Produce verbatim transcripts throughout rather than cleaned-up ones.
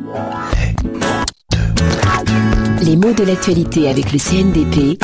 Les mots de l'actualité avec le C N D P.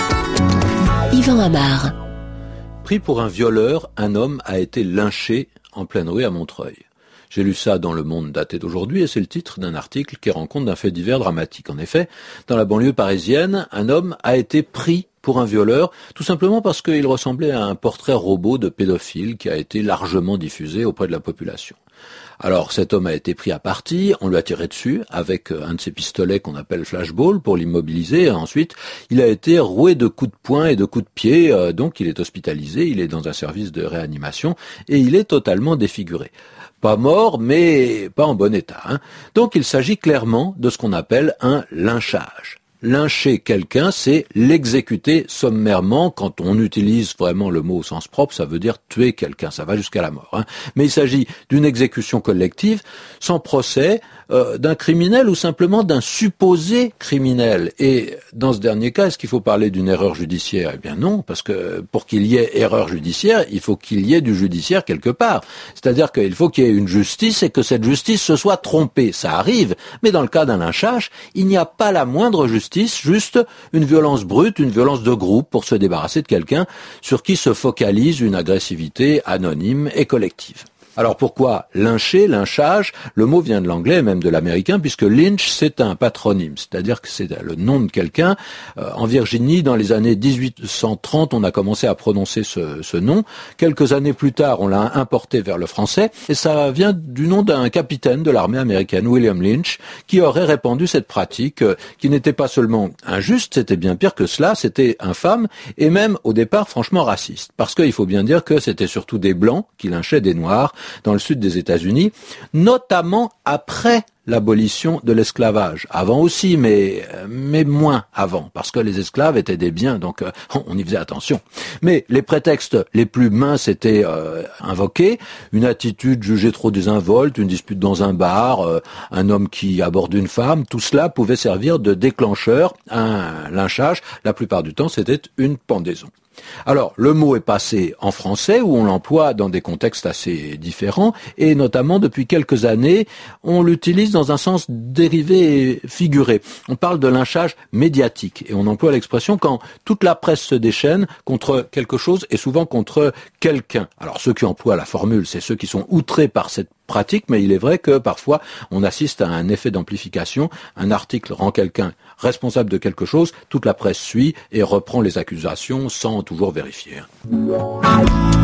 Yvan Amar. Pris pour un violeur, un homme a été lynché en pleine rue à Montreuil. J'ai lu ça dans Le Monde daté d'aujourd'hui et c'est le titre d'un article qui rend compte d'un fait divers dramatique. En effet, dans la banlieue parisienne, un homme a été pris pour un violeur, tout simplement parce qu'il ressemblait à un portrait robot de pédophile qui a été largement diffusé auprès de la population. Alors cet homme a été pris à partie, on lui a tiré dessus avec un de ces pistolets qu'on appelle flashball pour l'immobiliser. Ensuite, il a été roué de coups de poing et de coups de pied, donc il est hospitalisé, il est dans un service de réanimation et il est totalement défiguré. Pas mort, mais pas en bon état. Hein. Donc il s'agit clairement de ce qu'on appelle un lynchage. Lyncher quelqu'un, c'est l'exécuter sommairement. Quand on utilise vraiment le mot au sens propre, ça veut dire tuer quelqu'un, ça va jusqu'à la mort. Hein. Mais il s'agit d'une exécution collective, sans procès, euh, d'un criminel ou simplement d'un supposé criminel. Et dans ce dernier cas, est-ce qu'il faut parler d'une erreur judiciaire ? Eh bien non, parce que pour qu'il y ait erreur judiciaire, il faut qu'il y ait du judiciaire quelque part. C'est-à-dire qu'il faut qu'il y ait une justice et que cette justice se soit trompée. Ça arrive, mais dans le cas d'un lynchage, il n'y a pas la moindre justice. Juste une violence brute, une violence de groupe pour se débarrasser de quelqu'un sur qui se focalise une agressivité anonyme et collective. Alors pourquoi lyncher, lynchage ? Le mot vient de l'anglais, même de l'américain, puisque lynch, c'est un patronyme, c'est-à-dire que c'est le nom de quelqu'un. Euh, en Virginie, dans les années dix-huit cent trente, on a commencé à prononcer ce, ce nom. Quelques années plus tard, on l'a importé vers le français, et ça vient du nom d'un capitaine de l'armée américaine, William Lynch, qui aurait répandu cette pratique, euh, qui n'était pas seulement injuste, c'était bien pire que cela, c'était infâme, et même, au départ, franchement raciste. Parce qu'il faut bien dire que c'était surtout des Blancs qui lynchaient des Noirs, dans le sud des États-Unis, notamment après l'abolition de l'esclavage. Avant aussi, mais mais moins avant, parce que les esclaves étaient des biens, donc euh, on y faisait attention. Mais les prétextes les plus minces étaient euh, invoqués, une attitude jugée trop désinvolte, une dispute dans un bar, euh, un homme qui aborde une femme, tout cela pouvait servir de déclencheur à un lynchage. La plupart du temps, c'était une pendaison. Alors, le mot est passé en français, où on l'emploie dans des contextes assez différents, et notamment depuis quelques années, on l'utilise dans un sens dérivé et figuré. On parle de lynchage médiatique, et on emploie l'expression quand toute la presse se déchaîne contre quelque chose, et souvent contre quelqu'un. Alors, ceux qui emploient la formule, c'est ceux qui sont outrés par cette pratique, mais il est vrai que parfois on assiste à un effet d'amplification. Un article rend quelqu'un responsable de quelque chose, toute la presse suit et reprend les accusations sans toujours vérifier.